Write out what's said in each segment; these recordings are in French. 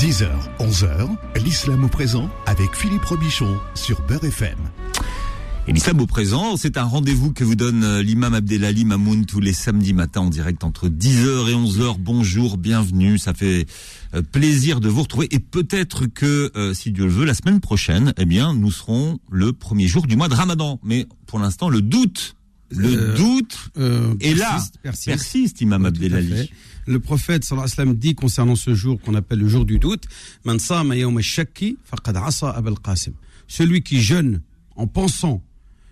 10h, 11h, l'islam au présent avec Philippe Robichon sur Beurre FM. Et l'islam au présent, c'est un rendez-vous que vous donne l'imam Abdelali Mamoun tous les samedis matins en direct entre 10h et 11h. Bonjour, bienvenue, ça fait plaisir de vous retrouver. Et peut-être que, si Dieu le veut, la semaine prochaine, eh bien, nous serons le premier jour du mois de Ramadan. Mais pour l'instant, le doute est là, persiste, imam Abdelali. Le prophète sallallahu alayhi wa sallam dit concernant ce jour qu'on appelle le jour du doute, Man sama yawm ash-shakki faqad asa Abul Qasim. Celui qui jeûne en pensant,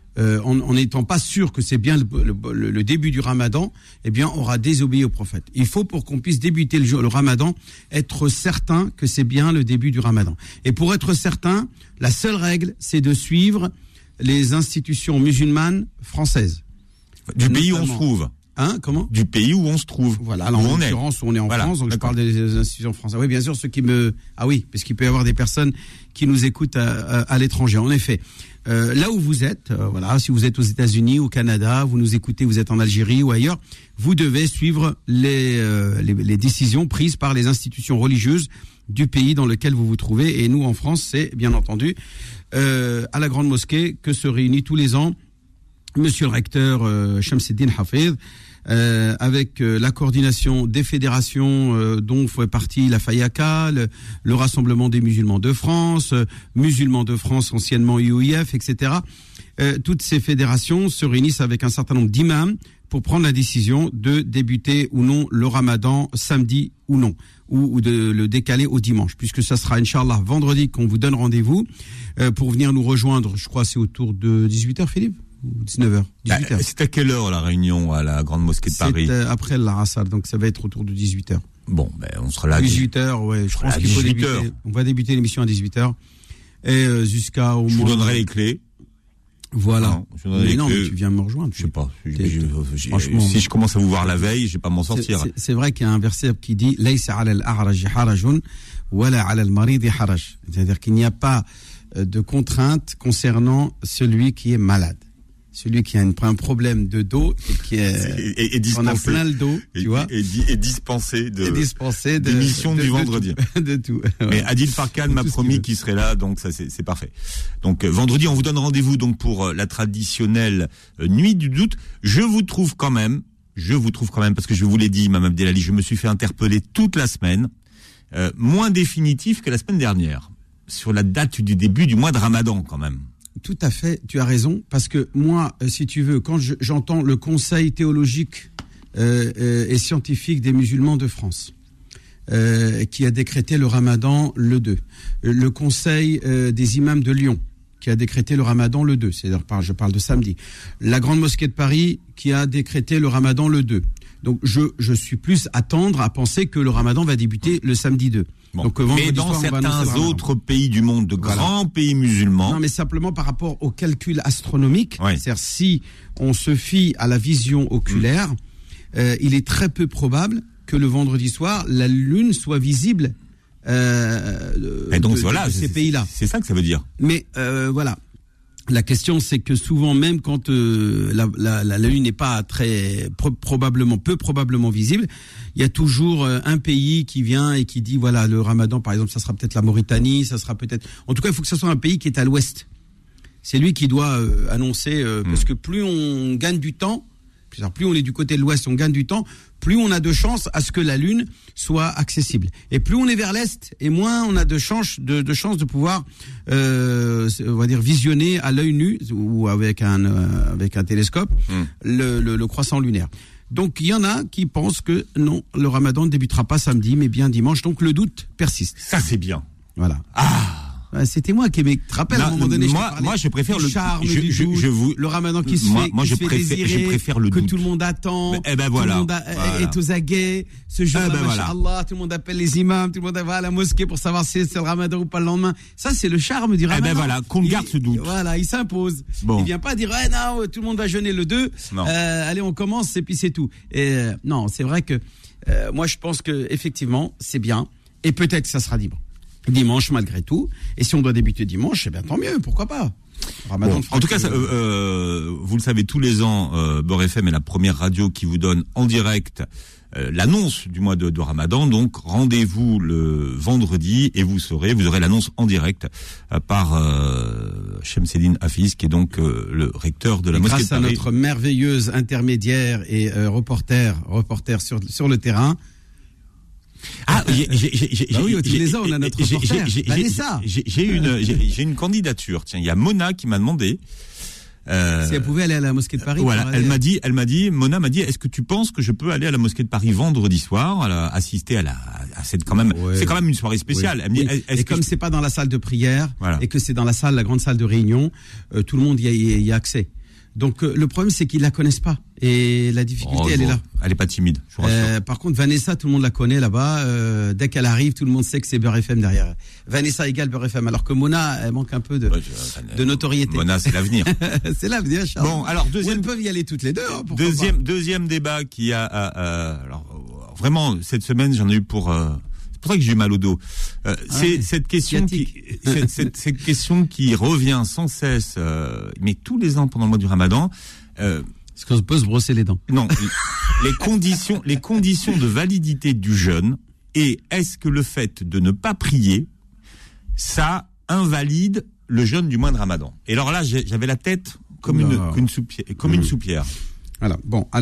en n'étant pas sûr que c'est bien le début du Ramadan, eh bien aura désobéi au prophète. Il faut, pour qu'on puisse débuter le Ramadan, être certain que c'est bien le début du Ramadan. Et pour être certain, la seule règle, c'est de suivre les institutions musulmanes françaises. Du pays où on se trouve. Comment ? Du pays où on se trouve. Voilà, alors en l'occurrence, on est en France, donc d'accord. Je parle des institutions françaises. Oui, bien sûr, oui, parce qu'il peut y avoir des personnes qui nous écoutent à l'étranger. En effet, là où vous êtes, si vous êtes aux États-Unis, au Canada, vous nous écoutez, vous êtes en Algérie ou ailleurs, vous devez suivre les décisions prises par les institutions religieuses du pays dans lequel vous vous trouvez. Et nous, en France, c'est bien entendu à la Grande Mosquée que se réunit tous les ans Monsieur le recteur Shamseddin Hafez, avec la coordination des fédérations dont fait partie la FAYACA, le Rassemblement des musulmans de France, Musulmans de France, anciennement UOIF, etc. Toutes ces fédérations se réunissent avec un certain nombre d'imams pour prendre la décision de débuter ou non le Ramadan samedi ou non, ou de le décaler au dimanche, puisque ça sera, Inch'Allah, vendredi qu'on vous donne rendez-vous pour venir nous rejoindre. Je crois c'est autour de 18h, Philippe ? Ou 19h, 18h. C'est à quelle heure la réunion à la Grande Mosquée de Paris ? C'est après l'Arasal, donc ça va être autour de 18h. Bon, on sera là à 18h, ouais, je pense qu'il faut débuter. On va débuter l'émission à 18h et jusqu'à au moins. Je vous donnerai les clés. Voilà. Mais tu viens me rejoindre. Je sais pas. Si je commence à vous voir la veille, je vais pas m'en sortir. C'est vrai qu'il y a un verset qui dit Laysa 'ala al-a'raj harajun wala 'ala al-marid haraj. C'est-à-dire qu'il n'y a pas de contrainte concernant celui qui est malade. Celui qui a un problème de dos et qui on a plein le dos, tu vois. Et dispensé de missions du vendredi. De tout. Mais Adil Farkan m'a promis qu'il serait là, donc ça c'est parfait. Donc vendredi, on vous donne rendez-vous donc pour la traditionnelle nuit du doute. Je vous trouve quand même, parce que je vous l'ai dit, Imam Abdelali, je me suis fait interpeller toute la semaine, moins définitif que la semaine dernière, sur la date du début du mois de Ramadan quand même. Tout à fait, tu as raison, parce que moi, si tu veux, quand j'entends le Conseil théologique et scientifique des musulmans de France, qui a décrété le Ramadan le 2, le Conseil des imams de Lyon, qui a décrété le Ramadan le 2, c'est-à-dire, je parle de samedi, la Grande Mosquée de Paris, qui a décrété le Ramadan le 2. Donc, je suis plus à penser que le Ramadan va débuter le samedi 2. Bon. Donc, mais dans certains autres pays du monde, de grands pays musulmans. Non, mais simplement par rapport au calcul astronomique, c'est-à-dire si on se fie à la vision oculaire, il est très peu probable que le vendredi soir, la lune soit visible et donc, de ces pays-là. C'est ça que ça veut dire. Mais voilà. La question, c'est que souvent, même quand la lune n'est pas peu probablement visible, il y a toujours un pays qui vient et qui dit, voilà, le Ramadan, par exemple, ça sera peut-être la Mauritanie, ça sera peut-être... En tout cas, il faut que ce soit un pays qui est à l'ouest. C'est lui qui doit annoncer, parce que plus on gagne du temps, plus on est du côté de l'ouest, on gagne du temps, plus on a de chances à ce que la lune soit accessible. Et plus on est vers l'est, et moins on a de chances de pouvoir, on va dire, visionner à l'œil nu ou avec un télescope le croissant lunaire. Donc il y en a qui pensent que non, le Ramadan ne débutera pas samedi, mais bien dimanche. Donc le doute persiste. Ça c'est bien. Voilà. C'était moi qui te rappelle à un moment donné. Moi, je préfère le charme du doute, le Ramadan qui se fait je préfère le que doute. tout le monde attend. Eh ben voilà. Tout le monde est aux aguets. Ce jour-là, machallah, tout le monde appelle les imams, tout le monde va à la mosquée pour savoir si c'est le Ramadan ou pas le lendemain. Ça, c'est le charme du Ramadan. Eh ben voilà, qu'on garde ce doute. Voilà, il s'impose. Bon. Il vient pas dire, non, tout le monde va jeûner le 2. Allez, on commence et puis c'est tout. Et non, c'est vrai que moi, je pense que effectivement, c'est bien. Et peut-être que ça sera libre. dimanche malgré tout. Et si on doit débuter dimanche, eh bien tant mieux, pourquoi pas. Bon, en tout cas, vous le savez, tous les ans, Beurre FM est la première radio qui vous donne en direct l'annonce du mois de Ramadan. Donc rendez-vous le vendredi et vous aurez l'annonce en direct par Chemseddine Hafiz, qui est donc le recteur de la mosquée de Paris. Grâce à notre merveilleuse intermédiaire et reporter sur le terrain. Ah, oui, tous les ans on a notre reporter. Vanessa. J'ai une candidature. Tiens, il y a Mona qui m'a demandé. Si elle pouvait aller à la mosquée de Paris. Voilà, Mona m'a dit, est-ce que tu penses que je peux aller à la mosquée de Paris vendredi soir, assister à cette quand même, c'est quand même une soirée spéciale. Oui. Elle me dit, et comme c'est pas dans la salle de prière, et que c'est dans la grande salle de réunion, tout le monde y a accès. Donc le problème c'est qu'ils la connaissent pas et la difficulté elle est là. Elle est pas timide. Je vous rassure. Par contre Vanessa, tout le monde la connaît là-bas. Dès qu'elle arrive, tout le monde sait que c'est Beurre FM derrière. Vanessa égale Beurre FM. Alors que Mona, elle manque un peu de notoriété. Mona, c'est l'avenir. C'est l'avenir, Charles. Bon, alors elles peuvent y aller toutes les deux. Hein, deuxième débat qui a. Alors vraiment cette semaine j'en ai eu pour. C'est pour ça que j'ai eu mal au dos. C'est cette question cette question qui revient sans cesse, mais tous les ans pendant le mois du Ramadan. Est-ce qu'on peut se brosser les dents? Non. les conditions de validité du jeûne, et est-ce que le fait de ne pas prier, ça invalide le jeûne du mois de Ramadan? Et alors là, j'avais la tête comme une soupière. Alors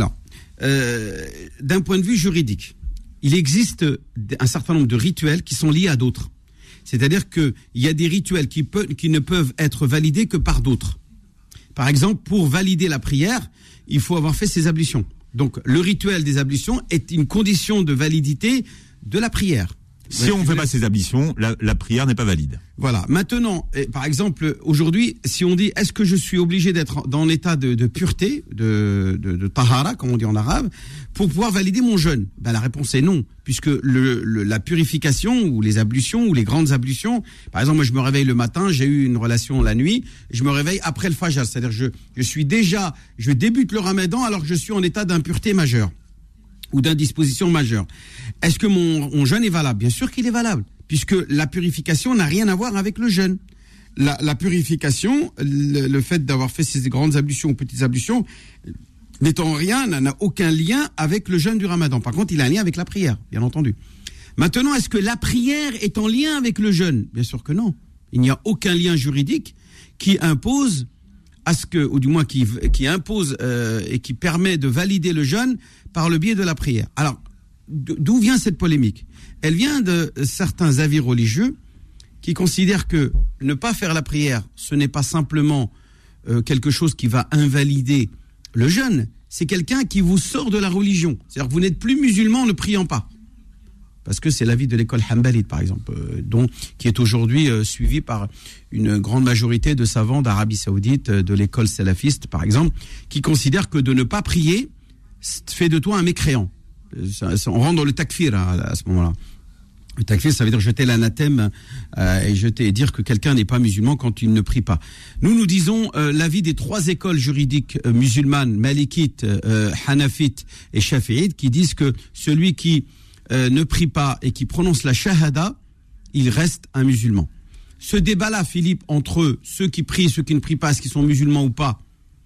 d'un point de vue juridique, il existe un certain nombre de rituels qui sont liés à d'autres. C'est-à-dire qu'il y a des rituels qui ne peuvent être validés que par d'autres. Par exemple, pour valider la prière, il faut avoir fait ses ablutions. Donc, le rituel des ablutions est une condition de validité de la prière. Si on ne fait pas ses ablutions, la prière n'est pas valide. Voilà. Maintenant, par exemple, aujourd'hui, si on dit, est-ce que je suis obligé d'être dans l'état de pureté, de tahara, comme on dit en arabe, pour pouvoir valider mon jeûne? Ben, la réponse est non, puisque la purification ou les ablutions ou les grandes ablutions, par exemple, moi je me réveille le matin, j'ai eu une relation la nuit, je me réveille après le fajr, c'est-à-dire je débute le ramadan alors que je suis en état d'impureté majeure ou d'indisposition majeure. Est-ce que mon jeûne est valable? Bien sûr qu'il est valable, puisque la purification n'a rien à voir avec le jeûne. La purification, le fait d'avoir fait ces grandes ablutions ou petites ablutions, n'étant rien, n'a aucun lien avec le jeûne du Ramadan. Par contre, il a un lien avec la prière, bien entendu. Maintenant, est-ce que la prière est en lien avec le jeûne? Bien sûr que non. Il n'y a aucun lien juridique qui impose ou du moins qui impose et qui permet de valider le jeûne par le biais de la prière. Alors, d'où vient cette polémique? Elle vient de certains avis religieux qui considèrent que ne pas faire la prière, ce n'est pas simplement quelque chose qui va invalider le jeûne, c'est quelqu'un qui vous sort de la religion. C'est-à-dire que vous n'êtes plus musulman en ne priant pas. Parce que c'est l'avis de l'école Hanbalite, par exemple, qui est aujourd'hui suivi par une grande majorité de savants d'Arabie Saoudite, de l'école salafiste, par exemple, qui considèrent que de ne pas prier fait de toi un mécréant. On rentre dans le takfir à ce moment-là. Le takfir, ça veut dire jeter l'anathème et dire que quelqu'un n'est pas musulman quand il ne prie pas. Nous disons l'avis des trois écoles juridiques musulmanes, malikites, hanafites et shafi'ites, qui disent que celui qui ne prie pas et qui prononce la shahada, il reste un musulman. Ce débat-là, Philippe, entre ceux qui prient et ceux qui ne prient pas, est-ce qu'ils sont musulmans ou pas,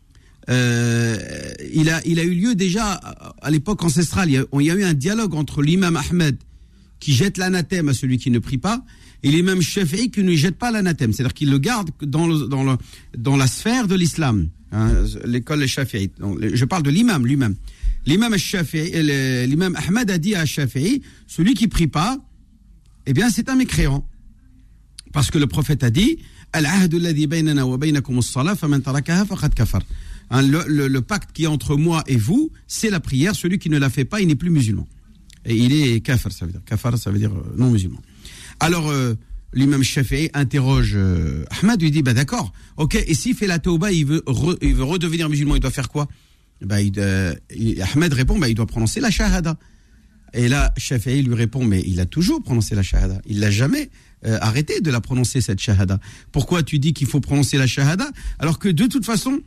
il a eu lieu déjà à l'époque ancestrale. Il y a eu un dialogue entre l'imam Ahmed qui jette l'anathème à celui qui ne prie pas et l'imam Shafi'i qui ne jette pas l'anathème, c'est-à-dire qu'il le garde dans la sphère de l'islam, hein, l'école Shafi'i. Je parle de l'imam lui-même. L'imam Ahmed a dit à Shafi'i, celui qui prie pas, eh bien c'est un mécréant, parce que le prophète a dit al-ahdu alladhi baynana wa baynakum as-salah faman tarakaha faqad kafar. Le pacte qui est entre moi et vous, c'est la prière. Celui qui ne la fait pas, il n'est plus musulman. Et il est kafir, ça veut dire non musulman. Alors, l'imam Shafi'i interroge Ahmed, lui dit, d'accord, ok, et s'il fait la tauba, il veut redevenir musulman, il doit faire quoi? Ahmed répond, il doit prononcer la shahada. Et là, Shafi'i lui répond, mais il a toujours prononcé la shahada. Il l'a jamais arrêté de la prononcer, cette shahada. Pourquoi tu dis qu'il faut prononcer la shahada, alors que de toute façon,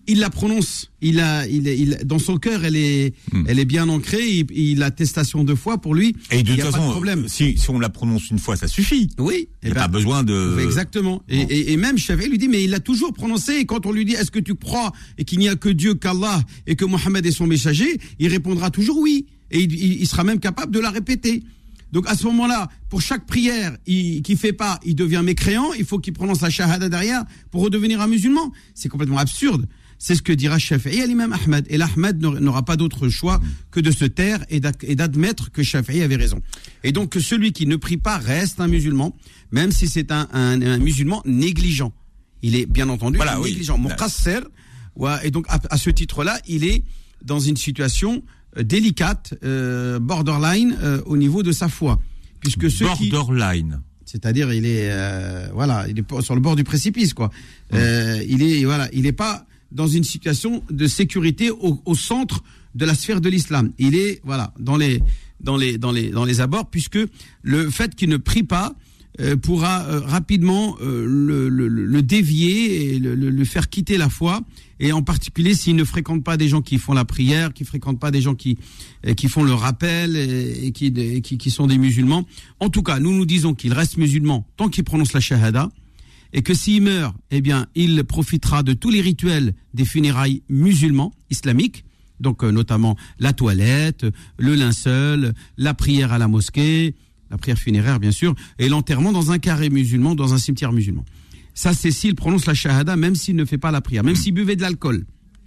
il la prononce. Dans son cœur, elle est bien ancrée. Il a attestation 2 fois pour lui. Et de toute façon, pas de problème. Si on la prononce une fois, ça suffit. Oui. Il n'y a pas besoin de. Exactement. Et même Shafi'i lui dit, mais il l'a toujours prononcé. Et quand on lui dit, est-ce que tu crois et qu'il n'y a que Dieu, qu'Allah et que Mohammed est son messager, il répondra toujours oui. Et il sera même capable de la répéter. Donc à ce moment-là, pour chaque prière qu'il fait pas, il devient mécréant. Il faut qu'il prononce la shahada derrière pour redevenir un musulman. C'est complètement absurde. C'est ce que dira Shafi'i à l'imam Ahmed. Et l'Ahmed n'aura pas d'autre choix que de se taire et d'admettre que Shafi'i avait raison. Et donc celui qui ne prie pas reste un musulman, même si c'est un musulman négligent. Il est bien entendu négligent. Muqassir. Et donc à ce titre-là, il est dans une situation délicate, borderline au niveau de sa foi, puisque borderline. C'est-à-dire il est il est sur le bord du précipice quoi. Il est pas dans une situation de sécurité au centre de la sphère de l'islam. Il est dans les abords, puisque le fait qu'il ne prie pas pourra rapidement le dévier et le faire quitter la foi, et en particulier s'il ne fréquente pas des gens qui font la prière, qui fréquente pas des gens qui font le rappel et qui sont des musulmans. En tout cas, nous disons qu'il reste musulman tant qu'il prononce la shahada, et que s'il meurt, eh bien, il profitera de tous les rituels des funérailles musulmans, islamiques, donc notamment la toilette, le linceul, la prière à la mosquée, la prière funéraire bien sûr, et l'enterrement dans un carré musulman, dans un cimetière musulman. Ça, c'est s'il prononce la shahada, même s'il ne fait pas la prière, même s'il buvait de l'alcool,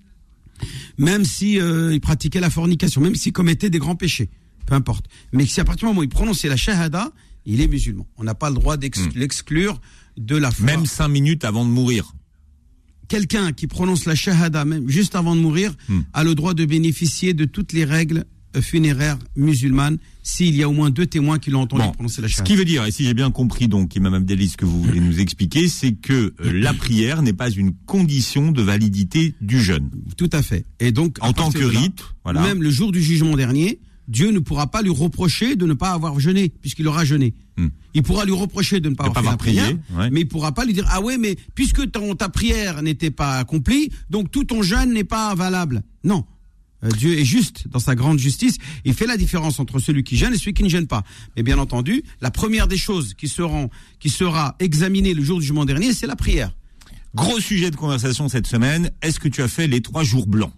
même s'il pratiquait la fornication, même s'il commettait des grands péchés, peu importe. Mais si à partir du moment où il prononçait la shahada, il est musulman. On n'a pas le droit l'exclure de la foi. Même 5 minutes avant de mourir. Quelqu'un qui prononce la shahada, même juste avant de mourir, a le droit de bénéficier de toutes les règles funéraires musulmanes, s'il y a au moins 2 témoins qui l'ont entendu prononcer la shahada. Ce qui veut dire, et si j'ai bien compris donc, Imam Abdelali, ce que vous voulez nous expliquer, c'est que la prière n'est pas une condition de validité du jeûne. Tout à fait. Et donc, en tant que rite, même le jour du jugement dernier, Dieu ne pourra pas lui reprocher de ne pas avoir jeûné, puisqu'il aura jeûné. Il pourra lui reprocher de ne pas avoir fait la prière, mais il pourra pas lui dire, ah ouais, mais puisque ta prière n'était pas accomplie, donc tout ton jeûne n'est pas valable. Non. Dieu est juste dans sa grande justice. Il fait la différence entre celui qui jeûne et celui qui ne jeûne pas. Mais bien entendu, la première des choses qui sera examinée le jour du jugement dernier, c'est la prière. Gros sujet de conversation cette semaine. Est-ce que tu as fait les 3 jours blancs?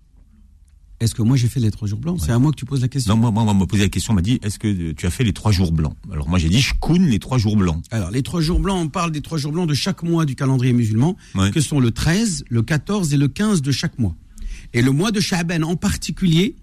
Est-ce que moi j'ai fait les 3 jours blancs? C'est à moi que tu poses la question. Non, moi on m'a posé la question, on m'a dit, est-ce que tu as fait les 3 jours blancs? Alors moi j'ai dit, je coune les 3 jours blancs. Alors les 3 jours blancs, on parle des 3 jours blancs de chaque mois du calendrier musulman, que sont le 13, le 14 et le 15 de chaque mois. Et le mois de Sha'ban en particulier,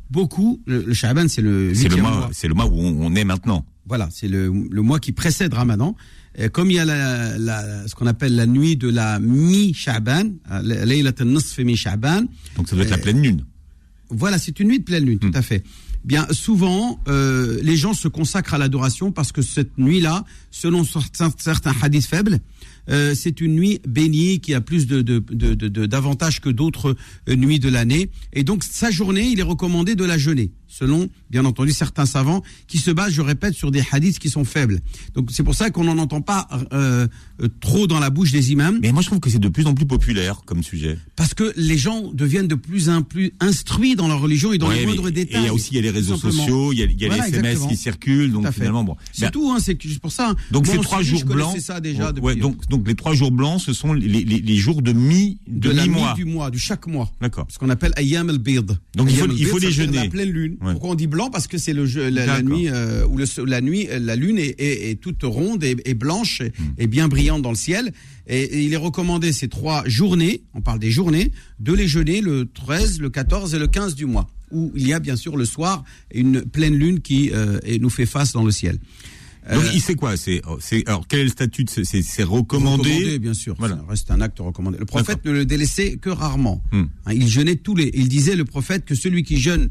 le Sha'ban c'est le 8e mois. C'est le mois où on est maintenant. Voilà, c'est le mois qui précède Ramadan. Et comme il y a ce qu'on appelle la nuit de la mi-Sha'ban, Laylat al-Nisf mi-Sha'ban. Donc ça doit être la pleine lune. Voilà, c'est une nuit de pleine lune, tout à fait. Bien, souvent, les gens se consacrent à l'adoration parce que cette nuit-là, selon certains hadiths faibles, c'est une nuit bénie qui a plus d'avantages que d'autres nuits de l'année. Et donc, sa journée, il est recommandé de la jeûner, selon, bien entendu, certains savants qui se basent, je répète, sur des hadiths qui sont faibles. Donc, c'est pour ça qu'on n'en entend pas trop dans la bouche des imams. Mais moi, je trouve que c'est de plus en plus populaire comme sujet. Parce que les gens deviennent de plus en plus instruits dans leur religion et dans les moindres détails. Et il y a les réseaux sociaux, il y a les SMS exactement. Qui circulent, donc finalement, bon. C'est tout, c'est juste pour ça. Donc, ces 3 jours blancs. Ça déjà depuis, donc les 3 jours blancs, ce sont les jours de mi-mois. De chaque mois. D'accord. Ce qu'on appelle Ayyam al-Bid. Donc il faut déjeuner. La pleine lune. Ouais. Pourquoi on dit blanc? Parce que c'est la nuit où la lune est toute ronde et blanche et bien brillante dans le ciel. Et il est recommandé ces 3 journées, on parle des journées, de les jeûner le 13, le 14 et le 15 du mois, où il y a bien sûr le soir une pleine lune qui nous fait face dans le ciel. Donc il sait quoi? Alors quel est le statut? C'est recommandé, bien sûr. Voilà. Ça reste un acte recommandé. Le prophète ne le délaissait que rarement. Il jeûnait il disait le prophète que celui qui jeûne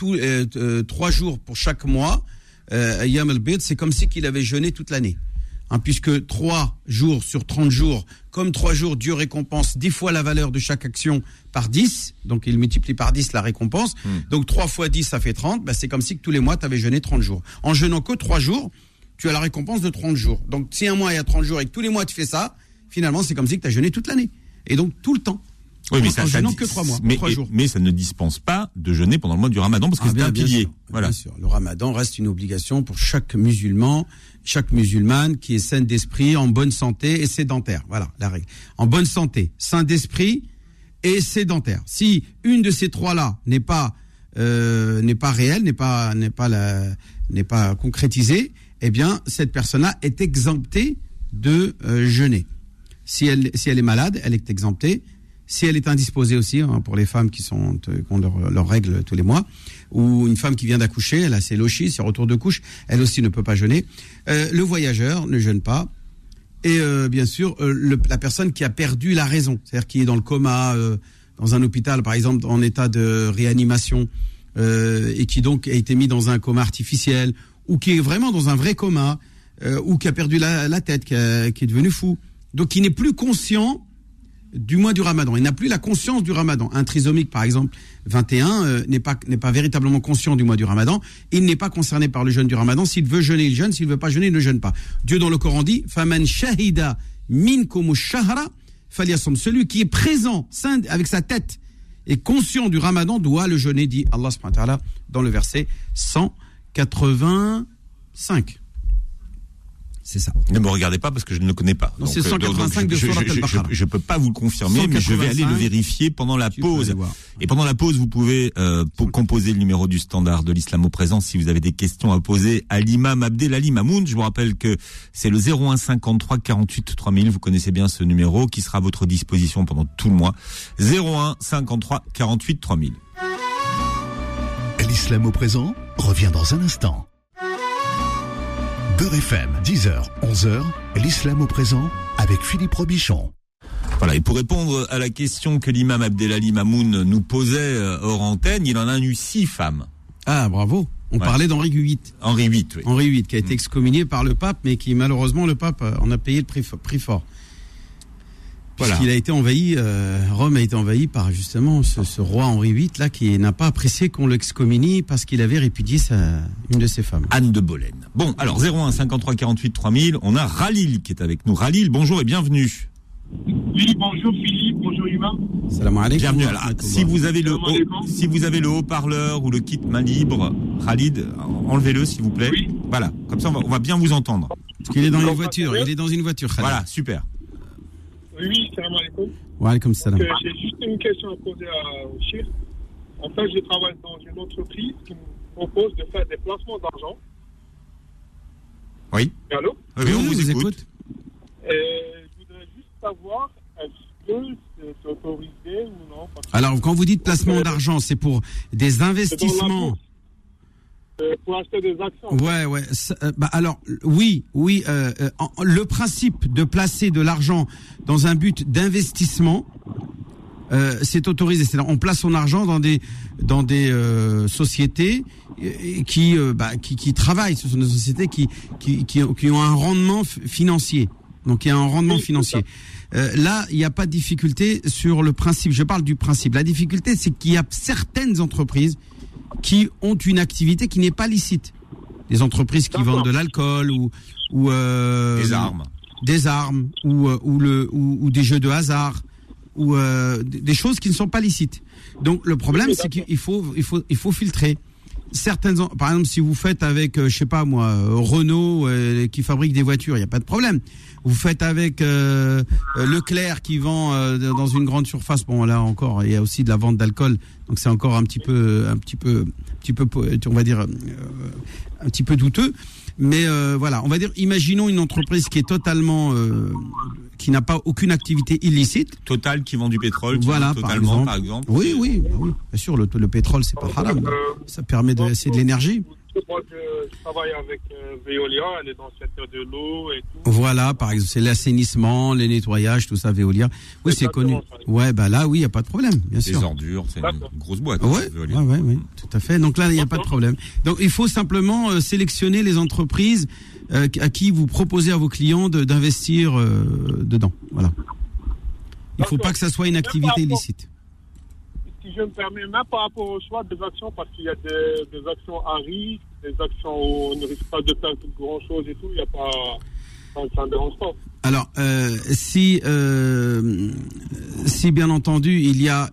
3 jours pour chaque mois, Ayyam al-Bid, c'est comme si qu'il avait jeûné toute l'année. Puisque 3 jours sur 30 jours, comme 3 jours, Dieu récompense 10 fois la valeur de chaque action par 10, donc il multiplie par 10 la récompense. Donc 3 fois 10, ça fait 30, c'est comme si que tous les mois, tu avais jeûné 30 jours. En jeûnant que 3 jours, tu as la récompense de 30 jours. Donc si un mois il y a 30 jours et que tous les mois tu fais ça, finalement c'est comme si que tu as jeûné toute l'année. Et donc tout le temps. Oui, mais en jeûnant que 3 mois, 3 jours. Mais ça ne dispense pas de jeûner pendant le mois du Ramadan parce que c'est un pilier. Sûr, voilà. Bien sûr. Le Ramadan reste une obligation pour chaque musulman, chaque musulmane qui est sain d'esprit, en bonne santé et sédentaire. Voilà la règle. En bonne santé, sain d'esprit et sédentaire. Si une de ces trois-là n'est pas réelle, n'est pas concrétisée, eh bien cette personne-là est exemptée de jeûner. Si elle est malade, elle est exemptée. Si elle est indisposée aussi, pour les femmes qui ont leurs règles tous les mois, ou une femme qui vient d'accoucher, elle a ses lochis, ses retours de couche, elle aussi ne peut pas jeûner. Le voyageur ne jeûne pas. Et bien sûr, la personne qui a perdu la raison, c'est-à-dire qui est dans le coma, dans un hôpital par exemple, en état de réanimation, et qui donc a été mis dans un coma artificiel, ou qui est vraiment dans un vrai coma, ou qui a perdu la tête, qui est devenu fou, donc qui n'est plus conscient du mois du Ramadan. Il n'a plus la conscience du Ramadan. Un trisomique, par exemple, 21, n'est pas véritablement conscient du mois du Ramadan. Il n'est pas concerné par le jeûne du Ramadan. S'il veut jeûner, il jeûne. S'il ne veut pas jeûner, il ne jeûne pas. Dieu, dans le Coran, dit « Faman shahida minkumu shahra falyasum » Celui qui est présent, sain, avec sa tête, et conscient du Ramadan, doit le jeûner, dit Allah subhanahu wa ta'ala, dans le verset 185. C'est ça. Ne me regardez pas parce que je ne le connais pas. Non, c'est 185 de Surat Al-Baqarah. Je peux pas vous le confirmer, 185, mais je vais aller le vérifier pendant la pause. Et pendant la pause, vous pouvez composer le numéro du standard de l'Islam au présent si vous avez des questions à poser à l'imam Abdelali Mamoun. Je vous rappelle que c'est le 01 53 48 3000. Vous connaissez bien ce numéro qui sera à votre disposition pendant tout le mois. 01 53 48 3000. L'Islam au présent revient dans un instant. Beurre FM, 10h, 11h, l'Islam au présent avec Philippe Robichon. Voilà, et pour répondre à la question que l'imam Abdelali Mamoun nous posait hors antenne, il en a eu 6 femmes. Ah, bravo. On parlait d'Henri VIII. Henri VIII, oui. Henri VIII, qui a été excommunié par le pape, mais qui, malheureusement, le pape en a payé le prix fort. Voilà. Puisqu'il a été envahi, Rome a été envahie par justement ce roi Henri VIII là qui n'a pas apprécié qu'on l'excommunie parce qu'il avait répudié une de ses femmes. Anne de Bolène. Bon, alors 01 53 48 3000, on a Ralil qui est avec nous. Ralil, bonjour et bienvenue. Oui, bonjour Philippe, bonjour Yuma. Salam alaikum. Bienvenue. Alors, si vous avez le haut-parleur ou le kit main libre, Khalid, enlevez-le s'il vous plaît. Oui. Voilà, comme ça on va bien vous entendre. Parce qu'il est dans une voiture, il est dans une voiture, Khalid. Voilà, super. Oui, salam alaikum. Wa alaikum salam. J'ai juste une question à poser au Chir. En fait, je travaille dans une entreprise qui me propose de faire des placements d'argent. Oui. Allô? Oui, on vous écoute. Je voudrais juste savoir, est-ce que c'est autorisé ou non? Alors, quand vous dites placement d'argent, c'est pour des investissements. Pour acheter des actions. Ouais. Alors, oui. Le principe de placer de l'argent dans un but d'investissement, c'est autorisé. C'est-à-dire, on place son argent dans des sociétés qui travaillent. Ce sont des sociétés qui ont un rendement financier. Donc, il y a un rendement financier. Là, il n'y a pas de difficulté sur le principe. Je parle du principe. La difficulté, c'est qu'il y a certaines entreprises qui ont une activité qui n'est pas licite. Des entreprises qui vendent de l'alcool ou des armes ou des jeux de hasard ou des choses qui ne sont pas licites. Donc le problème, c'est qu'il faut filtrer. Certaines, par exemple, si vous faites avec, je sais pas moi, Renault qui fabrique des voitures, il n'y a pas de problème. Vous faites avec Leclerc qui vend dans une grande surface. Bon, là encore, il y a aussi de la vente d'alcool, donc c'est encore un petit peu, on va dire, un petit peu douteux. Mais voilà, on va dire, imaginons une entreprise qui est totalement, qui n'a pas aucune activité illicite. Total qui vend du pétrole, voilà, totalement, par exemple. Oui, bien sûr, le pétrole c'est pas haram, ça permet c'est de l'énergie. Moi, je travaille avec Veolia, elle est dans le secteur de l'eau et tout. Voilà, par exemple, c'est l'assainissement, les nettoyages, tout ça, Veolia. Oui, c'est connu. Ouais, là, oui, il n'y a pas de problème, bien sûr. Les ordures, c'est une grosse boîte. Oui, tout à fait. Donc là, il n'y a pas de problème. Donc, il faut simplement sélectionner les entreprises à qui vous proposez à vos clients d'investir dedans. Voilà. Il ne faut pas que ça soit une activité illicite. Si je me permets, même par rapport au choix des actions, parce qu'il y a des actions à risque, des actions où on ne risque pas de perdre grand chose et tout, il n'y a pas. Ça ne dérange pas. Alors, si bien entendu, là,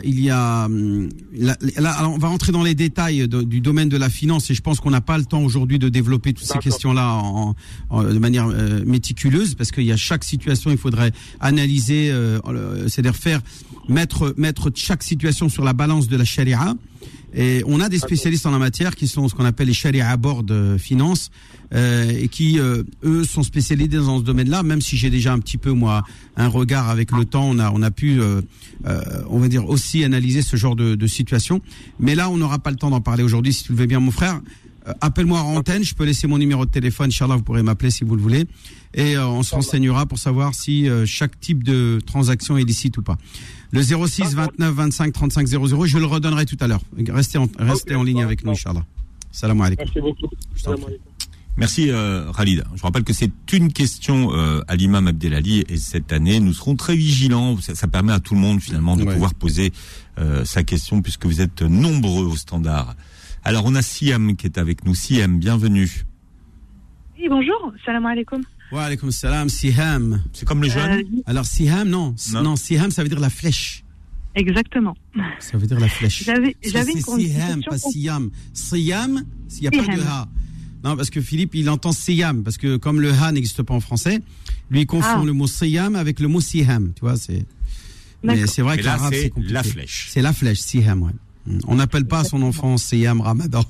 on va rentrer dans les détails du domaine de la finance, et je pense qu'on n'a pas le temps aujourd'hui de développer toutes ces questions-là de manière méticuleuse, parce qu'il y a chaque situation, il faudrait analyser, c'est-à-dire mettre chaque situation sur la balance de la charia. Et on a des spécialistes en la matière qui sont ce qu'on appelle les sharia board finance, et qui eux sont spécialisés dans ce domaine-là. Même si j'ai déjà un petit peu moi un regard avec le temps, on a pu on va dire aussi analyser ce genre de situation. Mais là, on n'aura pas le temps d'en parler aujourd'hui. Si tu le veux bien, mon frère, appelle-moi en antenne. Je peux laisser mon numéro de téléphone. Inch'Allah, vous pourrez m'appeler si vous le voulez. Et on se renseignera pour savoir si chaque type de transaction est licite ou pas. Le 06 29 25 35 00, je le redonnerai tout à l'heure. Restez en ligne avec nous, Inch'Allah. Salam alaikum. Merci beaucoup. Salam alaikum. Merci Khalid. Je rappelle que c'est une question à l'imam Abdelali, et cette année nous serons très vigilants. Ça permet à tout le monde finalement de pouvoir poser sa question, puisque vous êtes nombreux au standard. Alors on a Siam qui est avec nous. Siam, bienvenue. Oui, bonjour. Salam alaikum. Wa alaikum salam. Siham. C'est comme les jeunes. Alors Siham, non, Siham, ça veut dire la flèche. Exactement. Ça veut dire la flèche. J'avais une Siham, pas Siyam. Siyam, il n'y a pas de ha. Non, parce que Philippe, il entend Siyam, parce que comme le ha n'existe pas en français, lui il confond le mot Siyam avec le mot Siham. Tu vois, mais c'est vrai que l'arabe c'est compliqué. La flèche. C'est la flèche, Siham, ouais. On n'appelle pas son enfant Siyam Ramadan.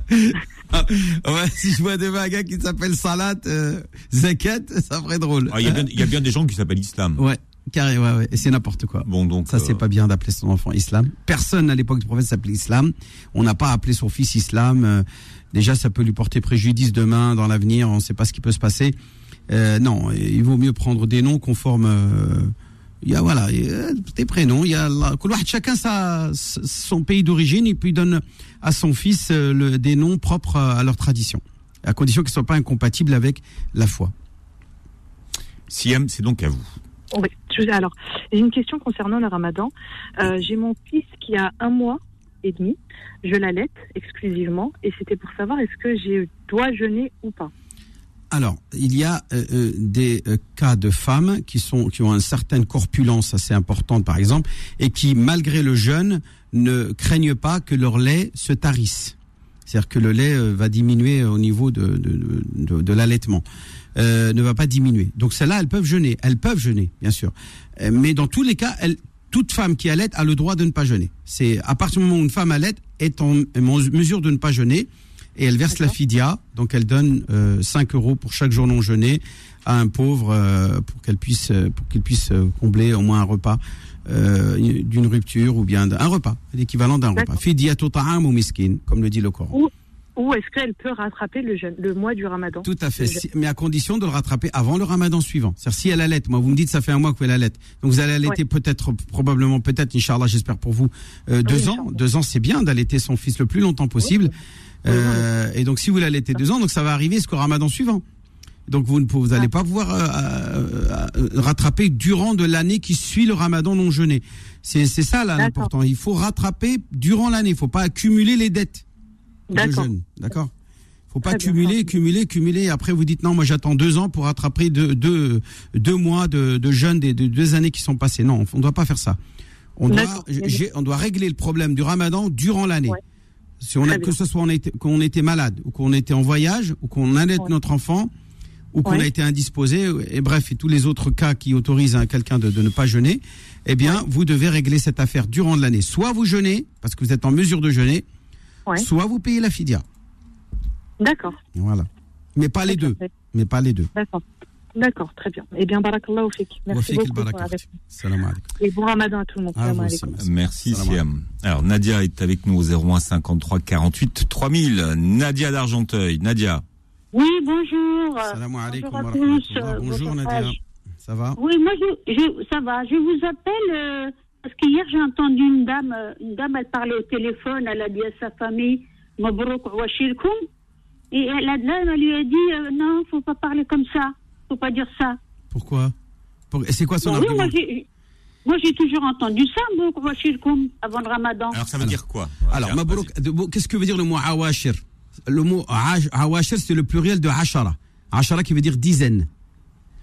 Ouais, si je vois demain un gars qui s'appelle Salat Zakat, ça ferait drôle. Il y a bien des gens qui s'appellent Islam. Ouais, carré, ouais. Et c'est n'importe quoi. Bon, donc ça, c'est pas bien d'appeler son enfant Islam. Personne à l'époque du prophète s'appelait Islam. On n'a pas appelé son fils Islam. Déjà, ça peut lui porter préjudice demain, dans l'avenir. On ne sait pas ce qui peut se passer. Non, il vaut mieux prendre des noms conformes. Il y a des prénoms. Il y a chacun son pays d'origine, et puis donne à son fils des noms propres à leur tradition, à condition qu'ils ne soient pas incompatibles avec la foi. Siam, c'est donc à vous. Oui, alors j'ai une question concernant le Ramadan. J'ai mon fils qui a 1 mois et demi. Je l'allaite exclusivement, et c'était pour savoir est-ce que je dois jeûner ou pas. Alors, il y a des cas de femmes qui ont une certaine corpulence assez importante, par exemple, et qui, malgré le jeûne, ne craignent pas que leur lait se tarisse. C'est-à-dire que le lait va diminuer au niveau de l'allaitement. Ne va pas diminuer. Donc celles-là, elles peuvent jeûner, bien sûr. Mais dans tous les cas, toute femme qui allaite a le droit de ne pas jeûner. C'est à partir du moment où une femme allaite est en mesure de ne pas jeûner, et elle verse la fidia, donc elle donne 5 € pour chaque jour non jeûné à un pauvre pour qu'il puisse combler au moins un repas d'une rupture, ou bien un repas, l'équivalent d'un repas. Fidyatu ta'am ou miskin, comme le dit le Coran. Ou est-ce qu'elle peut rattraper le mois du Ramadan? Tout à fait, mais à condition de le rattraper avant le Ramadan suivant. C'est-à-dire si elle allait, moi vous me dites ça fait 1 mois que vous allait, donc vous allez allaiter peut-être, Inch'Allah, j'espère pour vous, 2 ans. 2 ans, c'est bien d'allaiter son fils le plus longtemps possible. Et donc si vous l'allaitez 2 ans, donc ça va arriver jusqu'au Ramadan suivant. Donc vous n'allez pas pouvoir rattraper durant de l'année qui suit le Ramadan non jeûné. C'est ça là l'important. Il faut rattraper durant l'année. Il ne faut pas accumuler les dettes de jeûne. D'accord. Il ne faut pas cumuler. Et après vous dites non, moi j'attends 2 ans pour rattraper 2 mois de jeûne des 2 années qui sont passées. Non, on ne doit pas faire ça. On doit régler le problème du Ramadan durant l'année. Ouais. Si que ce soit qu'on était malade, ou qu'on était en voyage, ou qu'on allaite notre enfant, ou qu'on a été indisposé, et bref, et tous les autres cas qui autorisent quelqu'un de ne pas jeûner, eh bien, vous devez régler cette affaire durant l'année. Soit vous jeûnez, parce que vous êtes en mesure de jeûner, soit vous payez la fidia. D'accord. Voilà. Mais pas les deux. D'accord, très bien. Eh bien, barakallahu fik. Merci beaucoup. Salam alaikum. Et bon Ramadan à tout le monde. Salam alaikum. Merci, Siam. Alors, Nadia est avec nous au 01 53 48 3000. Nadia d'Argenteuil. Nadia. Oui, bonjour. Salam alaikum. Bonjour, Nadia. Ça va? Oui, moi, ça va. Je vous appelle parce qu'hier, j'ai entendu une dame, elle parlait au téléphone, elle a dit à sa famille, Mabrouk wa shirkoum. Et la dame, elle lui a dit, non, faut pas parler comme ça. Faut pas dire ça. Pourquoi? C'est quoi son argument? Moi, j'ai toujours entendu ça, Mabrouk wa shirkoum, avant le Ramadan. Alors, ça veut dire quoi? Alors, Mabrouk, qu'est-ce que veut dire le mot awashir? Le mot awashir, c'est le pluriel de ashara. Ashara qui veut dire dizaine.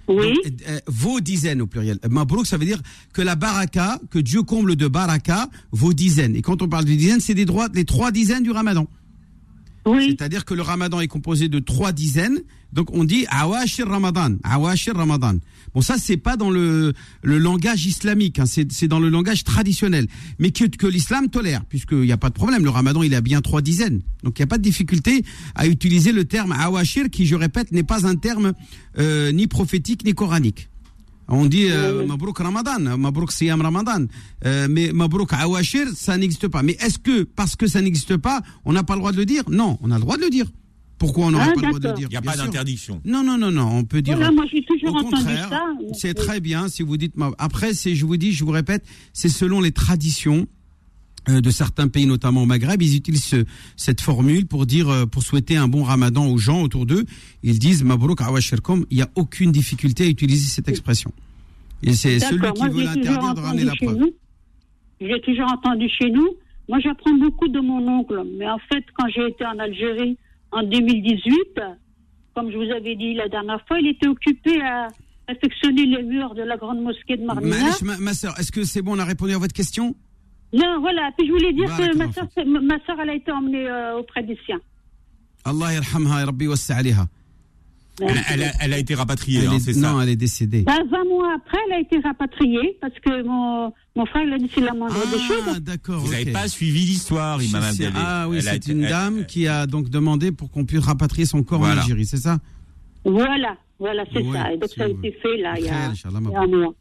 Oui. Donc, vos dizaines au pluriel. Mabrouk, ça veut dire que la baraka, que Dieu comble de baraka, vos dizaines. Et quand on parle de dizaines, c'est les 3 dizaines du Ramadan. Oui. C'est-à-dire que le Ramadan est composé de 3 dizaines. Donc on dit Awashir Ramadan. Awashir Ramadan. Bon, ça, c'est pas dans le langage islamique, hein, c'est dans le langage traditionnel. Mais que l'islam tolère, puisqu'il n'y a pas de problème. Le Ramadan, il a bien 3 dizaines. Donc il n'y a pas de difficulté à utiliser le terme Awashir, qui, je répète, n'est pas un terme ni prophétique ni coranique. On dit Mabrouk Ramadan, Mabrouk Siyam Ramadan, mais Mabrouk Awashir, ça n'existe pas. Mais est-ce que, parce que ça n'existe pas, on n'a pas le droit de le dire? Non, on a le droit de le dire. Pourquoi on n'aurait pas le droit de le dire? Il n'y a pas d'interdiction. Non, on peut dire. Voilà, moi j'ai toujours au entendu contraire, ça. C'est très bien si vous dites. Après, je vous répète, c'est selon les traditions de certains pays, notamment au Maghreb. Ils utilisent cette formule pour dire, pour souhaiter un bon Ramadan aux gens autour d'eux. Ils disent Mabrouk Awashirkum. Il n'y a aucune difficulté à utiliser cette expression. Et c'est celui qui veut l'interdire de ramener la preuve. J'ai toujours entendu chez nous. Moi, j'apprends beaucoup de mon oncle. Mais en fait, quand j'ai été en Algérie en 2018, comme je vous avais dit la dernière fois, il était occupé à affectionner les murs de la grande mosquée de Marmina. Ma sœur, est-ce que c'est bon, on a répondu à votre question? Non, voilà. Puis je voulais dire que ma sœur, elle a été emmenée auprès des siens. Allah yarhamha, Rabbi wassa' alayha. Elle a été rapatriée, c'est ça? Non, elle est décédée. 20 mois après, elle a été rapatriée parce que mon frère, il a dit qu'il a mangé des choses. Ah, d'accord. Vous n'avez pas suivi l'histoire, Imam Abdelali. Ah oui, c'est une dame qui a donc demandé pour qu'on puisse rapatrier son corps en Algérie, c'est ça? Voilà, c'est ça. Et donc ça a été fait là, il y a un mois.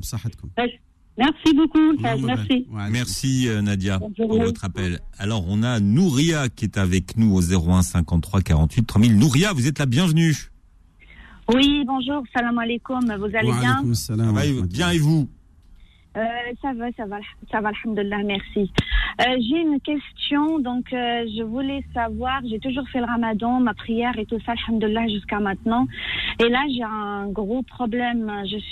Merci beaucoup, merci. Merci Nadia pour votre appel. Alors on a Nouria qui est avec nous au 01 53 48 3000. Nouria, vous êtes la bienvenue. Oui, bonjour, salam alaikum, vous allez bien? Ça va bien et vous? Ça va, alhamdoulilah, merci. J'ai une question, donc je voulais savoir, j'ai toujours fait le ramadan, ma prière et tout ça, alhamdoulilah, jusqu'à maintenant. Et là, j'ai un gros problème,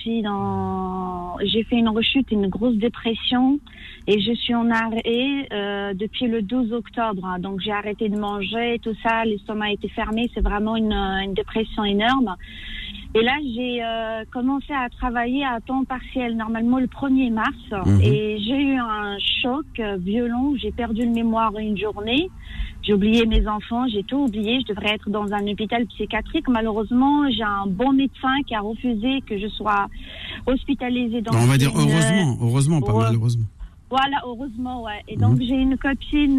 j'ai fait une rechute, une grosse dépression, et je suis en arrêt depuis le 12 octobre. Donc j'ai arrêté de manger, tout ça, l'estomac a été fermé, c'est vraiment une dépression énorme. Et là, j'ai commencé à travailler à temps partiel, normalement le 1er mars. Et j'ai eu un choc violent où j'ai perdu le mémoire une journée. J'ai oublié mes enfants, j'ai tout oublié. Je devrais être dans un hôpital psychiatrique. Malheureusement, j'ai un bon médecin qui a refusé que je sois hospitalisée dans on va dire heureusement, pas malheureusement. Voilà, heureusement, ouais. Et donc, j'ai une copine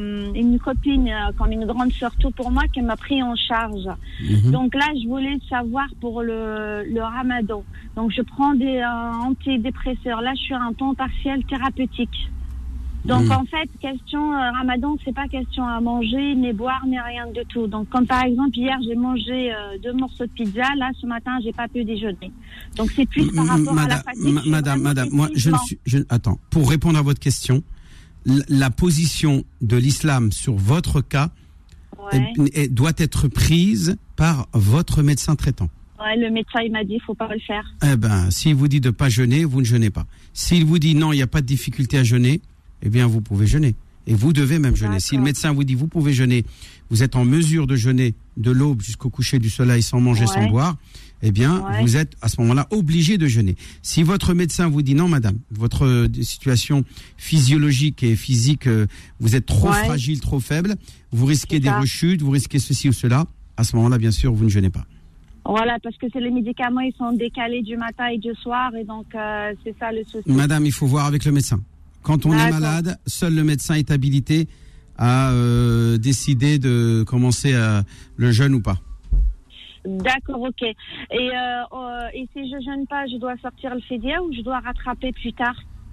comme une grande sœur tout pour moi qui m'a pris en charge. Donc là, je voulais savoir pour le ramadan. Donc, je prends des antidépresseurs. Là, je suis à un temps partiel thérapeutique. Donc, en fait, question ramadan, c'est pas question à manger, ni boire, ni rien de tout. Donc, comme par exemple, hier, j'ai mangé 2 morceaux de pizza. Là, ce matin, j'ai pas pu déjeuner. Donc, c'est plus par rapport à la fatigue. Madame, moi, attends. Pour répondre à votre question, la position de l'islam sur votre cas doit être prise par votre médecin traitant. Ouais, le médecin, il m'a dit, faut pas le faire. Eh ben, s'il vous dit de pas jeûner, vous ne jeûnez pas. S'il vous dit non, il n'y a pas de difficulté à jeûner, eh bien, vous pouvez jeûner. Et vous devez même jeûner. Si le médecin vous dit, vous pouvez jeûner, vous êtes en mesure de jeûner de l'aube jusqu'au coucher du soleil sans manger, sans boire, eh bien, vous êtes à ce moment-là obligé de jeûner. Si votre médecin vous dit, non, madame, votre situation physiologique et physique, vous êtes trop fragile, trop faible, vous risquez des rechutes, vous risquez ceci ou cela, à ce moment-là, bien sûr, vous ne jeûnez pas. Voilà, parce que les médicaments, ils sont décalés du matin et du soir, et donc, c'est ça le souci. Madame, il faut voir avec le médecin. Quand on est malade, seul le médecin est habilité à décider de commencer le jeûne ou pas. D'accord, ok. Et si je jeûne pas, je dois sortir le fidia ou je dois rattraper plus tard?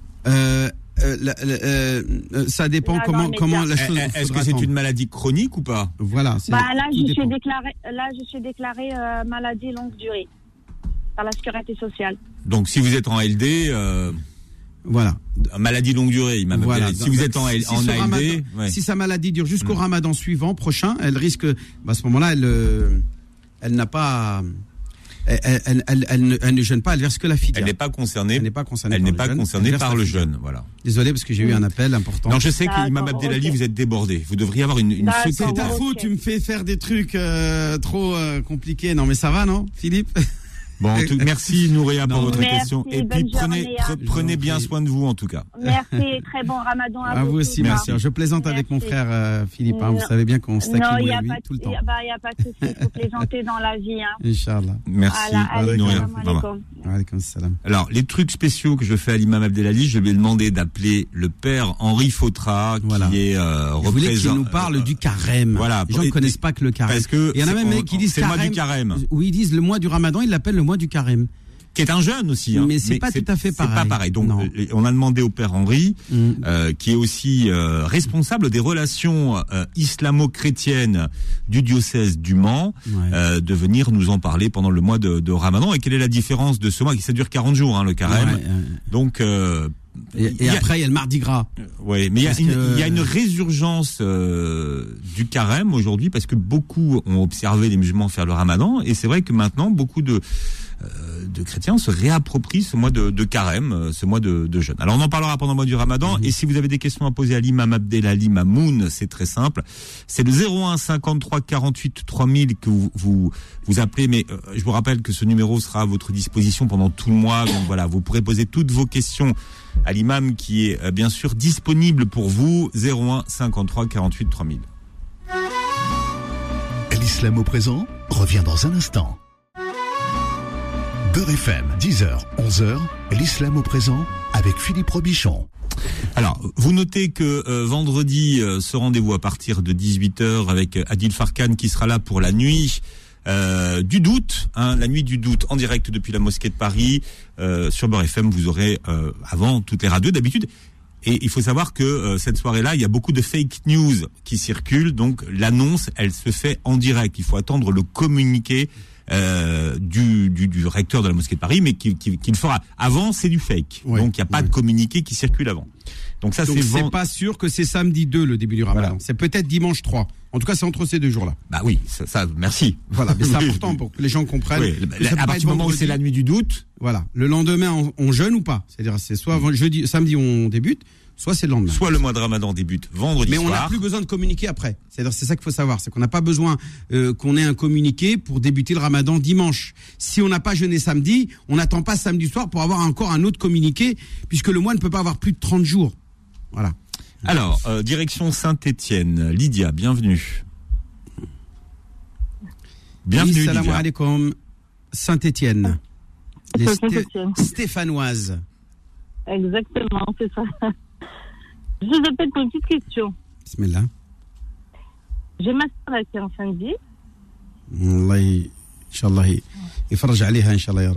Ça dépend comment la chose. Est-ce que c'est une maladie chronique ou pas? Voilà. Là, je suis déclarée maladie longue durée par la sécurité sociale. Donc, si vous êtes en LD. Voilà. Maladie longue durée, il m'a voilà. Si vous êtes en ALD, si sa maladie dure jusqu'au ramadan suivant, prochain, elle risque, à ce moment-là, elle n'a pas, elle ne jeûne pas, elle verse que la fidia. Elle n'est pas concernée. Elle n'est pas concernée par le jeûne, voilà. Désolé parce que j'ai eu un appel important. Non, je sais qu'Imam Abdelali, vous êtes débordé. Vous devriez avoir une C'est ta faute, tu me fais faire des trucs trop compliqués. Non, mais ça va, non, Philippe? Bon, merci Nouria pour votre question. Et puis prenez bien soin de vous en tout cas. Merci, très bon Ramadan à vous. Vous aussi, merci. Je plaisante avec mon frère Philippe. Vous savez bien qu'on se taquine avec lui tout le temps. Il n'y a pas de souci, il faut plaisanter dans la vie. Inch'Allah. Merci. Nouria. Alors, les trucs spéciaux que je fais à l'imam Abdelali, je vais demander d'appeler le père Henri Fautra, qui est représentant. Vous voulez qu'il nous parle du carême. Voilà. Les gens ne connaissent pas que le carême. Parce que il y en a même qui disent c'est le mois du carême. Oui, ils disent le mois du Ramadan, ils l'appellent le mois du carême. Qui est un jeune aussi. Mais c'est pas tout à fait pareil. C'est pas pareil. Donc, on a demandé au père Henri, qui est aussi responsable des relations islamo-chrétiennes du diocèse du Mans, de venir nous en parler pendant le mois de Ramadan. Et quelle est la différence de ce mois qui ça dure 40 jours, le carême. Donc et après il y a le Mardi Gras. Oui, mais il y a une résurgence du carême aujourd'hui parce que beaucoup ont observé les musulmans faire le Ramadan et c'est vrai que maintenant beaucoup de chrétiens se réapproprient ce mois de carême, ce mois de jeûne. Alors on en parlera pendant le mois du Ramadan et si vous avez des questions à poser à l'imam Abdelali Mamoun, c'est très simple. C'est le 01 53 48 3000 que vous appelez, mais je vous rappelle que ce numéro sera à votre disposition pendant tout le mois. Donc voilà, vous pourrez poser toutes vos questions à l'imam qui est bien sûr disponible pour vous. 01 53 48 3000. L'islam au présent revient dans un instant. Beurre FM, 10h, 11h, l'islam au présent avec Philippe Robichon. Alors, vous notez que vendredi, ce rendez-vous à partir de 18h avec Adil Farkan qui sera là pour la nuit du doute, la nuit du doute en direct depuis la mosquée de Paris. Sur Beurre FM, vous aurez avant toutes les radios d'habitude. Et il faut savoir que cette soirée-là, il y a beaucoup de fake news qui circulent. Donc l'annonce, elle se fait en direct. Il faut attendre le communiqué du recteur de la mosquée de Paris, mais qui le fera. Avant, c'est du fake. Donc il n'y a pas de communiqué qui circule avant. Donc ça, c'est pas sûr que c'est samedi 2 le début du Ramadan. Voilà. C'est peut-être dimanche 3. En tout cas, c'est entre ces deux jours-là. Bah oui, ça merci. Voilà, mais c'est important pour que les gens comprennent. Oui, à partir du moment où c'est la nuit du doute. Voilà. Le lendemain, on jeûne ou pas? C'est-à-dire, c'est soit samedi on débute, soit c'est le lendemain. Soit le mois de Ramadan débute vendredi soir. Mais on n'a plus besoin de communiquer après. C'est-à-dire, c'est ça qu'il faut savoir. C'est qu'on n'a pas besoin qu'on ait un communiqué pour débuter le Ramadan dimanche. Si on n'a pas jeûné samedi, on n'attend pas samedi soir pour avoir encore un autre communiqué, puisque le mois ne peut pas avoir plus de 30 jours. Voilà. Alors, direction Saint-Étienne. Lydia, bienvenue. Bienvenue, Lydia. Salam alaikum. Saint-Étienne. Les Stéphanoises. Exactement, c'est ça. Je vous appelle pour une petite question. Bismillah. J'ai ma soeur qui est en fin de vie. Allah, Inch'Allah, يفرج عليها Inch'Allah ya Rab.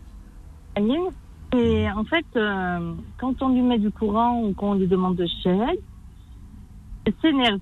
Et en fait, quand on lui met du courant ou qu'on lui demande de shahad, elle s'énerve.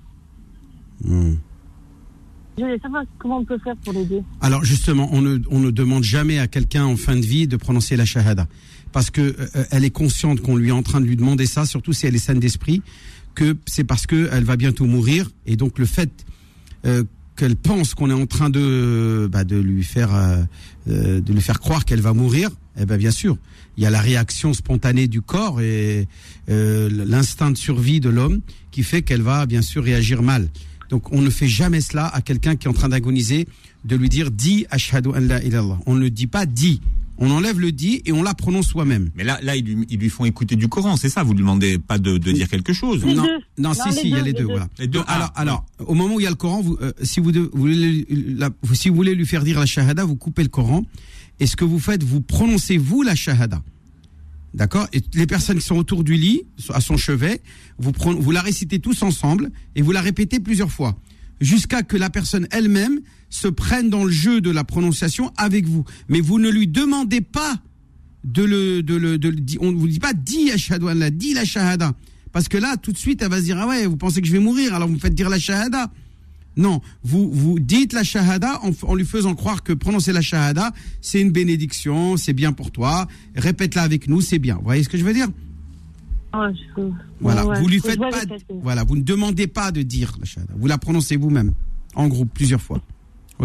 Je voulais savoir comment on peut faire pour l'aider. Alors justement, on ne demande jamais à quelqu'un en fin de vie de prononcer la shahada. Parce que elle est consciente qu'on lui est en train de lui demander ça, surtout si elle est saine d'esprit, que c'est parce qu'elle va bientôt mourir. Et donc le fait qu'elle pense qu'on est en train de lui faire croire qu'elle va mourir, eh ben bien sûr, il y a la réaction spontanée du corps et l'instinct de survie de l'homme qui fait qu'elle va bien sûr réagir mal. Donc on ne fait jamais cela à quelqu'un qui est en train d'agoniser, de lui dire dis ashhadu an la ilallah. On ne le dit pas dis. On enlève le dit et on la prononce soi-même. Mais là ils lui font écouter du Coran, c'est ça? Vous lui demandez pas de dire quelque chose? Non, si, il y a les deux, voilà. Les deux. Alors, au moment où il y a le Coran, si vous voulez lui faire dire la shahada, vous coupez le Coran. Et ce que vous faites, vous prononcez vous la shahada. D'accord? Et les personnes qui sont autour du lit, à son chevet, vous la récitez tous ensemble et vous la répétez plusieurs fois. Jusqu'à que la personne elle-même se prenne dans le jeu de la prononciation avec vous. Mais vous ne lui demandez pas on ne vous dit pas dis ashhadu an la, dis la shahada. Parce que là, tout de suite, elle va se dire, ah ouais, vous pensez que je vais mourir, alors vous me faites dire la shahada. Non, vous dites la shahada en lui faisant croire que prononcer la shahada, c'est une bénédiction, c'est bien pour toi. Répète-la avec nous, c'est bien. Vous voyez ce que je veux dire? Voilà, vous lui faites pas. Voilà, vous ne demandez pas de dire la shahada. Vous la prononcez vous-même, en groupe, plusieurs fois. Ok?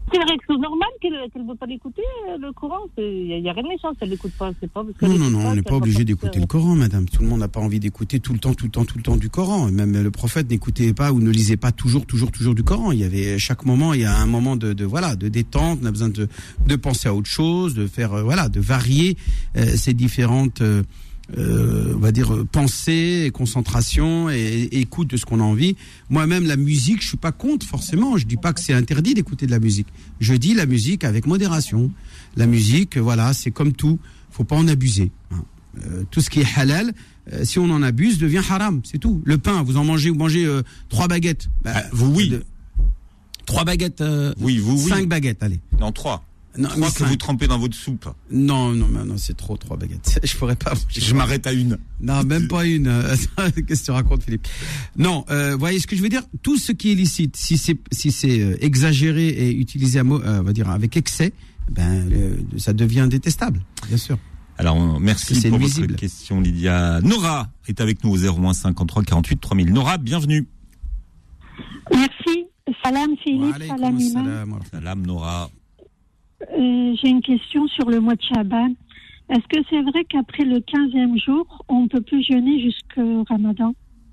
C'est vrai que c'est normal qu'elle ne veut pas l'écouter, le Coran. Il n'y a rien de méchant si elle ne l'écoute pas. C'est pas parce qu'elle non, on n'est pas obligé d'écouter le Coran, madame. Tout le monde n'a pas envie d'écouter tout le temps du Coran. Même le prophète n'écoutait pas ou ne lisait pas toujours du Coran. Il y avait chaque moment, il y a un moment de détente. On a besoin de penser à autre chose, de faire de varier ces différentes on va dire pensée et concentration et écoute de ce qu'on a envie. Moi-même, la musique, je suis pas contre forcément. Je dis pas que c'est interdit d'écouter de la musique. Je dis la musique avec modération. La musique, c'est comme tout. Faut pas en abuser. Tout ce qui est halal, si on en abuse, devient haram. C'est tout. Le pain, vous mangez 3 baguettes. Oui. 3 baguettes. Oui, vous. 5 baguettes, allez. Non, 3. Non, 3 que vous trempez dans votre soupe. Non, c'est trop, 3 baguettes. Je pourrais pas. Je m'arrête à une. Non, même pas une. Qu'est-ce que tu racontes, Philippe? Non, voyez ce que je veux dire? Tout ce qui est licite, si c'est exagéré et utilisé on va dire avec excès, ça devient détestable, bien sûr. Alors, merci pour votre question, Lydia. Nora est avec nous au 01 53 48 3000. Nora, bienvenue. Merci. Salam, Philippe. Salam, Imam. Salam, Nora. J'ai une question sur le mois de Chaban. Est-ce que c'est vrai qu'après le 15e jour, on ne peut plus jeûner jusqu'au Ramadan?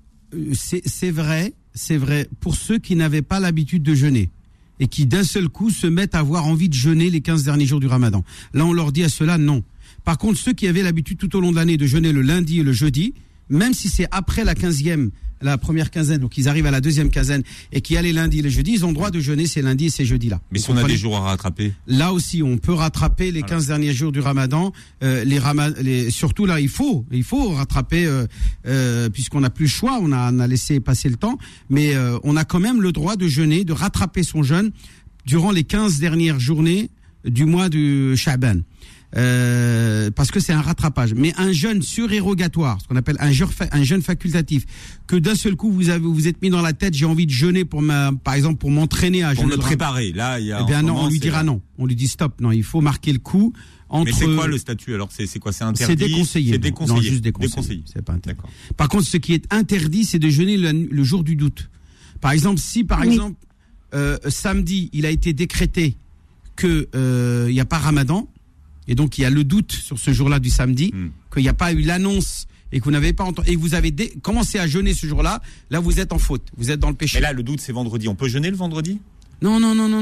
C'est vrai pour ceux qui n'avaient pas l'habitude de jeûner et qui d'un seul coup se mettent à avoir envie de jeûner les 15 derniers jours du Ramadan. Là, on leur dit à ceux-là non. Par contre, ceux qui avaient l'habitude tout au long de l'année de jeûner le lundi et le jeudi, même si c'est après la première quinzaine, donc ils arrivent à la deuxième quinzaine et qui allaient lundi et le jeudi, ils ont le droit de jeûner ces lundis et ces jeudis-là. Mais si on a des jours à rattraper? Là aussi, on peut rattraper les 15 derniers jours du Ramadan. Surtout là, il faut rattraper, puisqu'on n'a plus le choix, on a laissé passer le temps, mais on a quand même le droit de jeûner, de rattraper son jeûne durant les 15 dernières journées du mois de Sha'ban. Parce que c'est un rattrapage. Mais un jeûne surérogatoire, ce qu'on appelle un jeûne facultatif, que d'un seul coup vous êtes mis dans la tête, j'ai envie de jeûner par exemple pour m'entraîner à jeûner. Pour me préparer. Là, il y a. Eh bien non, on lui dira non. On lui dit stop. Non, il faut marquer le coup. Mais c'est quoi le statut alors? C'est quoi? C'est interdit? C'est déconseillé. C'est déconseillé. Non, juste déconseillé. C'est pas interdit. D'accord. Par contre, ce qui est interdit, c'est de jeûner le jour du doute. Par exemple, si exemple samedi, il a été décrété que il y a pas Ramadan. Et donc, il y a le doute sur ce jour-là du samedi, qu'il n'y a pas eu l'annonce et que vous n'avez pas entendu, et que vous avez commencé à jeûner ce jour-là, là, vous êtes en faute. Vous êtes dans le péché. Mais là, le doute, c'est vendredi. On peut jeûner le vendredi? Non.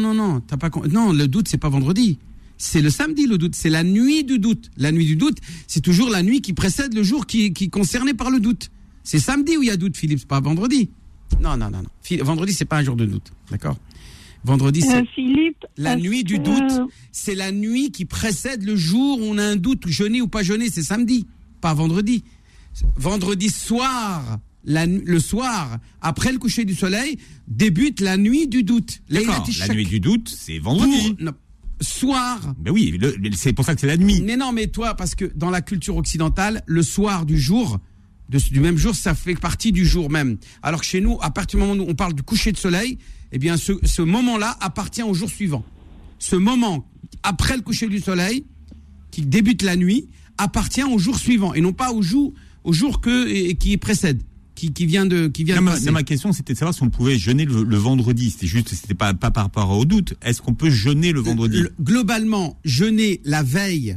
Non, le doute, c'est pas vendredi. C'est le samedi, le doute. C'est la nuit du doute. La nuit du doute, c'est toujours la nuit qui précède le jour qui est concerné par le doute. C'est samedi où il y a doute, Philippe, c'est pas vendredi. Non. Vendredi, c'est pas un jour de doute. D'accord? Vendredi, c'est Philippe, la nuit du doute. C'est la nuit qui précède le jour où on a un doute, jeûner ou pas jeûner. C'est samedi, pas vendredi. Vendredi soir, le soir, après le coucher du soleil, débute la nuit du doute. D'accord, la nuit du doute, c'est vendredi. Soir. Mais oui, c'est pour ça que c'est la nuit. Mais non, mais toi, parce que dans la culture occidentale, le soir du jour, du même jour, ça fait partie du jour même. Alors que chez nous, à partir du moment où on parle du coucher de soleil, eh bien, ce moment-là appartient au jour suivant. Ce moment, après le coucher du soleil, qui débute la nuit, appartient au jour suivant, et non pas au jour qui précède, qui vient de passer. Ma question, c'était de savoir si on pouvait jeûner le vendredi. C'était pas par rapport au doute. Est-ce qu'on peut jeûner le vendredi? Globalement, jeûner la veille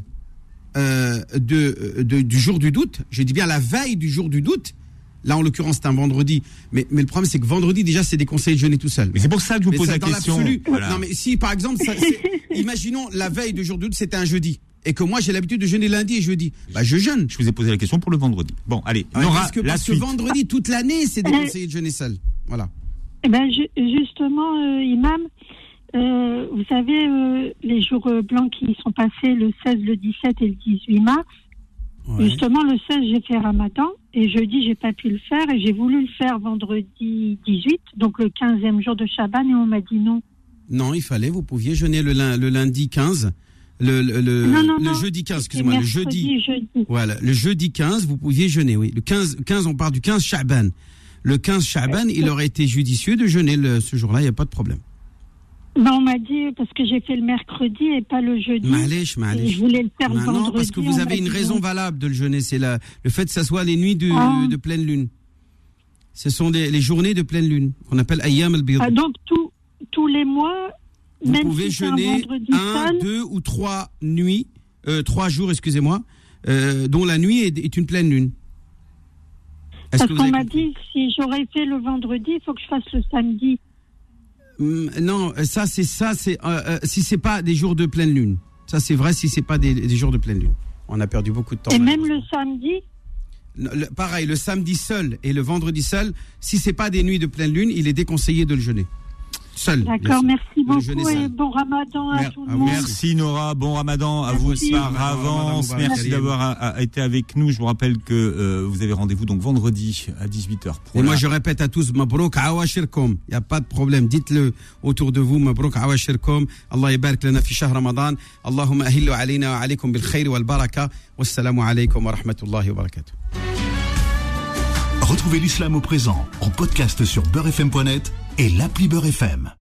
du jour du doute, je dis bien la veille du jour du doute. Là, en l'occurrence, c'est un vendredi. Mais le problème, c'est que vendredi, déjà, c'est déconseillé de jeûner tout seul. Mais c'est pour ça que je vous pose la question. Voilà. Non, mais si, par exemple, imaginons la veille du jour du doute, c'était un jeudi. Et que moi, j'ai l'habitude de jeûner lundi et jeudi. Je jeûne. Je vous ai posé la question pour le vendredi. Bon, allez. Nora, parce que vendredi, toute l'année, c'est déconseillé de jeûner seul. Voilà. Justement, Imam, vous savez, les jours blancs qui sont passés le 16, le 17 et le 18 mars. Ouais. Justement, le 16, j'ai fait Ramadan et jeudi, j'ai pas pu le faire et j'ai voulu le faire vendredi 18, donc le 15e jour de Chaban, et on m'a dit non. Non, vous pouviez jeûner le lundi 15, le jeudi 15, excusez-moi, le jeudi. Voilà, le jeudi 15, vous pouviez jeûner, oui. Le 15, on part du 15 Chaban. Le 15 Chaban, il aurait été judicieux de jeûner ce jour-là, il n'y a pas de problème. On m'a dit, parce que j'ai fait le mercredi et pas le jeudi. Malèche. Je voulais le faire le vendredi. Non, parce que vous avez une raison valable de le jeûner. C'est le fait que ça soit les nuits de pleine lune. Ce sont les journées de pleine lune, qu'on appelle Ayyam al-Bid. Donc, tous les mois, vous pouvez jeûner 1, 2 ou 3 nuits, 3 jours, excusez-moi, dont la nuit est une pleine lune. Parce qu'on m'a dit, si j'aurais fait le vendredi, il faut que je fasse le samedi. Non, si c'est pas des jours de pleine lune. Ça, c'est vrai si c'est pas des jours de pleine lune. On a perdu beaucoup de temps. Et même le samedi? Pareil, le samedi seul et le vendredi seul, si c'est pas des nuits de pleine lune, il est déconseillé de le jeûner. Seul. D'accord, merci beaucoup et bon ramadan à tout le monde. Merci Nora, bon ramadan à vous par avance. Merci d'avoir été avec nous. Je vous rappelle que vous avez rendez-vous donc vendredi à 18h. Et moi je répète à tous, Mabrouk Awashirkom. Il n'y a pas de problème, dites-le autour de vous, Mabrouk Awashirkom. Allah yabarak lana fi shahr Ramadan. Allahumma ahillu alayna wa alaykum bil khair wal baraka. Wassalamu alaykum wa rahmatullahi wa barakatuh. Retrouvez l'islam au présent en podcast sur beurrefm.net et l'appli Beurre FM.